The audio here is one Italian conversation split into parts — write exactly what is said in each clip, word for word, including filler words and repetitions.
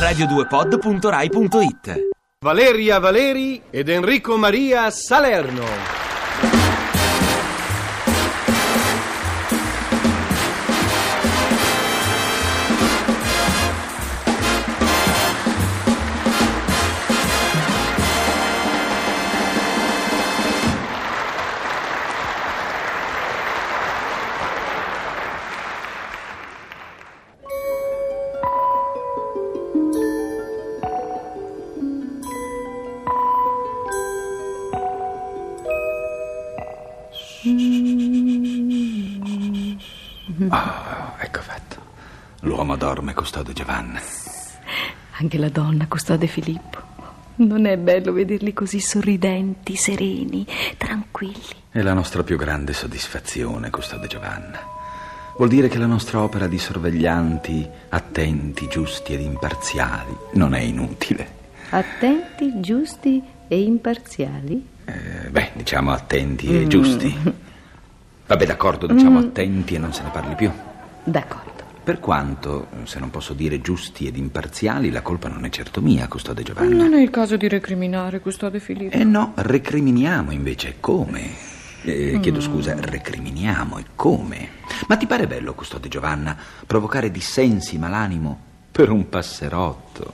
radio due pod punto rai punto it. Valeria Valeri ed Enrico Maria Salerno. Oh, ecco fatto. L'uomo dorme, custode Giovanna. Anche la donna, custode Filippo. Non è bello vederli così sorridenti, sereni, tranquilli. È la nostra più grande soddisfazione, custode Giovanna. Vuol dire che la nostra opera di sorveglianti, attenti, giusti ed imparziali non è inutile. Attenti, giusti e imparziali? Eh, beh, diciamo attenti e mm. giusti. Vabbè, d'accordo, diciamo mm. attenti e non se ne parli più. D'accordo. Per quanto, se non posso dire giusti ed imparziali, la colpa non è certo mia, custode Giovanna. Non è il caso di recriminare, custode Filippo. Eh no, recriminiamo invece. Come? Eh, mm. Chiedo scusa, recriminiamo e come? Ma ti pare bello, custode Giovanna, provocare dissensi malanimo per un passerotto?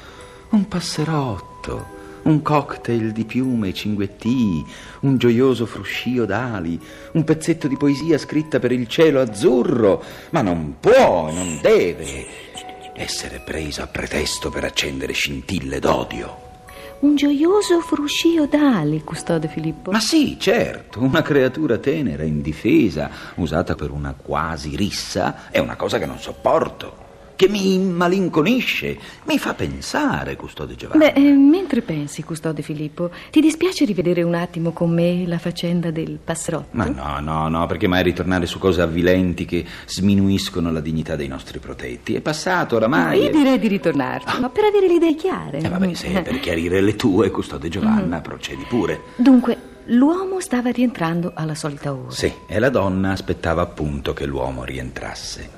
Un passerotto, un cocktail di piume e cinguettii, un gioioso fruscio d'ali, un pezzetto di poesia scritta per il cielo azzurro, ma non può, non deve essere preso a pretesto per accendere scintille d'odio. Un gioioso fruscio d'ali, custode Filippo? Ma sì, certo, una creatura tenera, indifesa, usata per una quasi rissa, è una cosa che non sopporto, che mi immalinconisce, mi fa pensare, custode Giovanna. Beh, eh, mentre pensi, custode Filippo, ti dispiace rivedere un attimo con me la faccenda del passerotto? Ma no, no, no, perché mai ritornare su cose avvilenti che sminuiscono la dignità dei nostri protetti? È passato oramai. No, io direi di ritornarci, ma per avere le idee chiare. Eh vabbè, se per chiarire le tue, custode Giovanna, mm. procedi pure. Dunque, l'uomo stava rientrando alla solita ora. Sì, e la donna aspettava appunto che l'uomo rientrasse.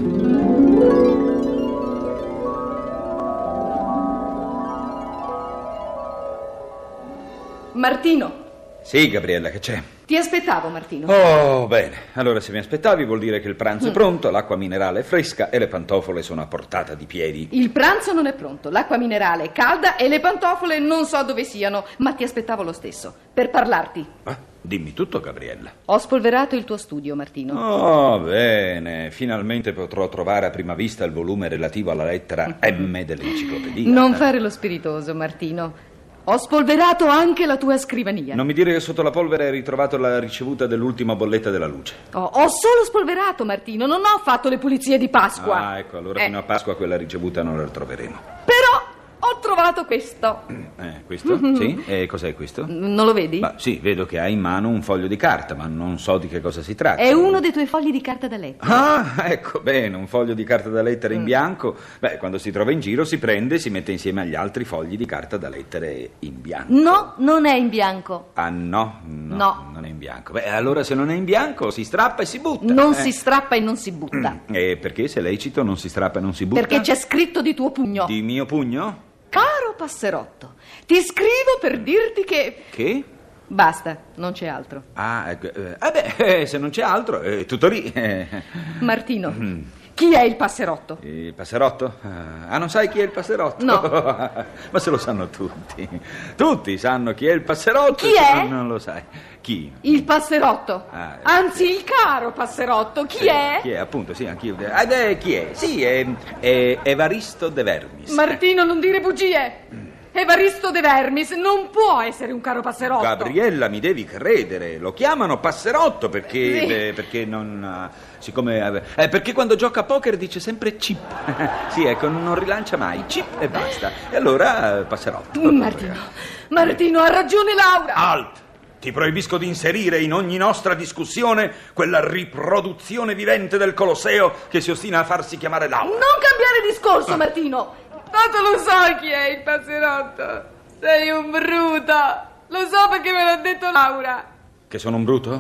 Martino. Sì, Gabriella, che c'è? Ti aspettavo, Martino. Oh, bene. Allora, se mi aspettavi vuol dire che il pranzo mm. è pronto, l'acqua minerale è fresca e le pantofole sono a portata di piedi. Il pranzo non è pronto, l'acqua minerale è calda e le pantofole non so dove siano, ma ti aspettavo lo stesso, per parlarti. Ah, dimmi tutto, Gabriella. Ho spolverato il tuo studio, Martino. Oh, bene. Finalmente potrò trovare a prima vista il volume relativo alla lettera M dell'enciclopedia. Non fare lo spiritoso, Martino. Ho spolverato anche la tua scrivania. Non mi dire che sotto la polvere hai ritrovato la ricevuta dell'ultima bolletta della luce. Oh, ho solo spolverato, Martino, non ho fatto le pulizie di Pasqua. Ah, ecco, allora eh. fino a Pasqua quella ricevuta non la troveremo. Però ho trovato questo. Eh, questo? Mm-hmm. Sì? E cos'è questo? Non lo vedi? Ma sì, vedo che hai in mano un foglio di carta, ma non so di che cosa si tratta. È uno dei tuoi fogli di carta da lettere. Ah, ecco, bene, un foglio di carta da lettere in mm. bianco. Beh, quando si trova in giro si prende e si mette insieme agli altri fogli di carta da lettere in bianco. No, non è in bianco. Ah, no? No, no. Non è in bianco. Beh, allora se non è in bianco si strappa e si butta. Non eh. si strappa e non si butta. Mm. E perché, se è lecito, non si strappa e non si butta? Perché c'è scritto di tuo pugno. Di mio pugno? Caro passerotto, ti scrivo per dirti che... Che? Basta, non c'è altro. Ah, ecco. Eh, beh, eh, se non c'è altro, è tutto lì. Eh. Martino, mm. chi è il passerotto? Il passerotto? Ah, non sai chi è il passerotto? No. Ma se lo sanno tutti. Tutti sanno chi è il passerotto. Chi è? Non, non lo sai. Chi? Il passerotto. Ah, Anzi, il caro passerotto. Chi sì, è? Chi è? Appunto, sì, anch'io. Ah, beh, chi è? Sì, è, è Evaristo De Vermis. Martino, non dire bugie. Mm. Evaristo De Vermis non può essere un caro passerotto. Gabriella, mi devi credere. Lo chiamano passerotto perché, sì. beh, perché non... Siccome... Eh, perché quando gioca a poker dice sempre chip. Sì, ecco, non rilancia mai. Chip e basta. E allora eh, passerotto. Martino, Martino, ha ragione Laura. Alt! Ti proibisco di inserire in ogni nostra discussione quella riproduzione vivente del Colosseo che si ostina a farsi chiamare Laura. Non cambiare discorso, Martino. Tanto lo so chi è il passerotto. Sei un bruto. Lo so perché me l'ha detto Laura. Che sono un bruto?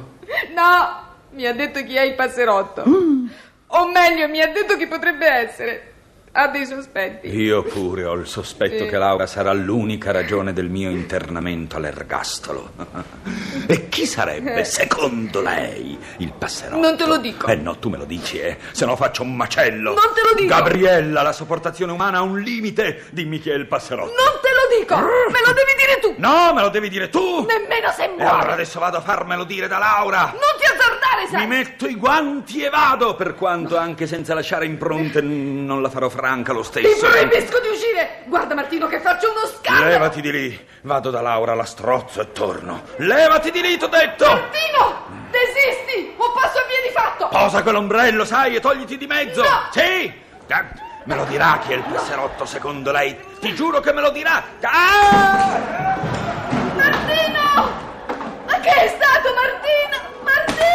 No, mi ha detto chi è il passerotto. Mm. O meglio, mi ha detto chi potrebbe essere. ha dei sospetti. Io pure ho il sospetto Sì. che Laura sarà l'unica ragione del mio internamento all'ergastolo. E chi sarebbe, secondo lei, il passerotto? Non te lo dico. Eh no, tu me lo dici, eh. Se no faccio un macello. Non te lo dico. Gabriella, la sopportazione umana ha un limite. Dimmi chi è il passerotto. Non te lo dico! Me lo devi dire tu! No, me lo devi dire tu. Nemmeno se E muore! allora adesso vado a farmelo dire da Laura. Non ti azzardare, sai! Mi metto i guanti e vado, per quanto anche senza lasciare impronte n- non la farò franca lo Ti stesso. proibisco di uscire! Guarda, Martino, che faccio uno scandalo! Levati di lì, vado da Laura, la strozzo e torno. Levati di lì, t'ho detto! Martino! Desisti! Un passo a piedi fatto! Posa quell'ombrello, sai, e togliti di mezzo! No! Sì! Ah, me lo dirà chi è il passerotto, secondo lei? Ti giuro che me lo dirà! Ah! Martino! Ma che è stato, Martino? Martino!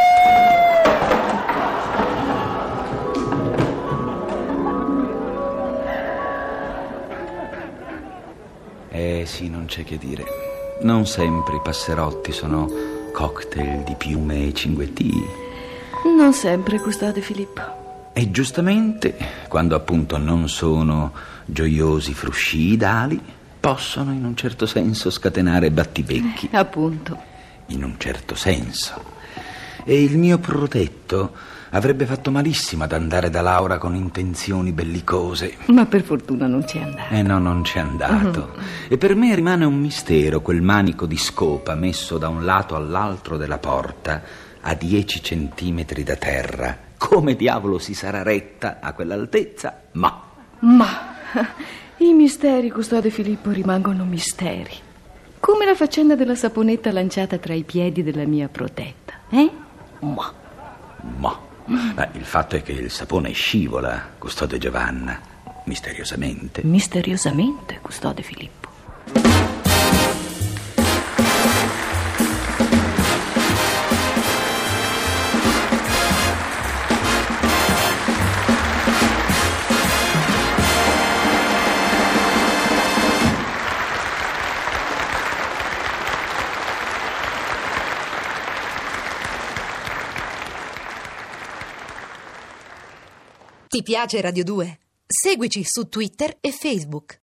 Eh sì, non c'è che dire. Non sempre i passerotti sono cocktail di piume e cinguettii. Non sempre, custode Filippo. E giustamente, quando appunto non sono gioiosi frusci idali, possono in un certo senso scatenare battibecchi. Appunto. In un certo senso. E il mio protetto avrebbe fatto malissimo ad andare da Laura con intenzioni bellicose. Ma per fortuna non c'è andato. Eh no, non c'è andato. E per me rimane un mistero quel manico di scopa messo da un lato all'altro della porta a dieci centimetri da terra. Come diavolo si sarà retta a quell'altezza? Ma... Ma i misteri, custode Filippo, rimangono misteri. Come la faccenda della saponetta lanciata tra i piedi della mia protetta. Eh? Ma... Ma... Eh, il fatto è che il sapone scivola, custode Giovanna, misteriosamente. Misteriosamente, custode Filippo. Ti piace Radio due? Seguici su Twitter e Facebook.